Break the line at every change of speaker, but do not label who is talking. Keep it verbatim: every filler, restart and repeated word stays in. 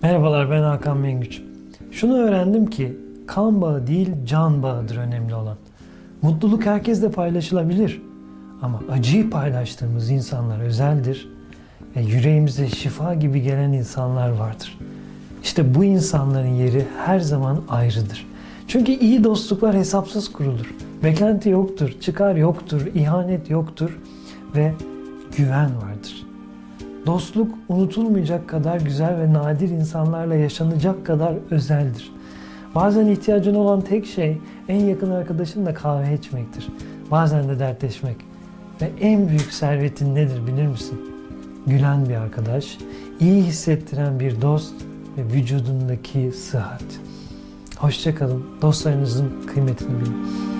Merhabalar, ben Hakan Mengüç. Şunu öğrendim ki kan bağı değil can bağıdır önemli olan. Mutluluk herkesle paylaşılabilir ama acıyı paylaştığımız insanlar özeldir ve yüreğimize şifa gibi gelen insanlar vardır. İşte bu insanların yeri her zaman ayrıdır. Çünkü iyi dostluklar hesapsız kurulur. Beklenti yoktur, çıkar yoktur, ihanet yoktur ve güven vardır. Dostluk unutulmayacak kadar güzel ve nadir insanlarla yaşanacak kadar özeldir. Bazen ihtiyacın olan tek şey en yakın arkadaşınla kahve içmektir. Bazen de dertleşmek. Ve en büyük servetin nedir bilir misin? Gülen bir arkadaş, iyi hissettiren bir dost ve vücudundaki sıhhat. Hoşça kalın. Dostlarınızın kıymetini bilin.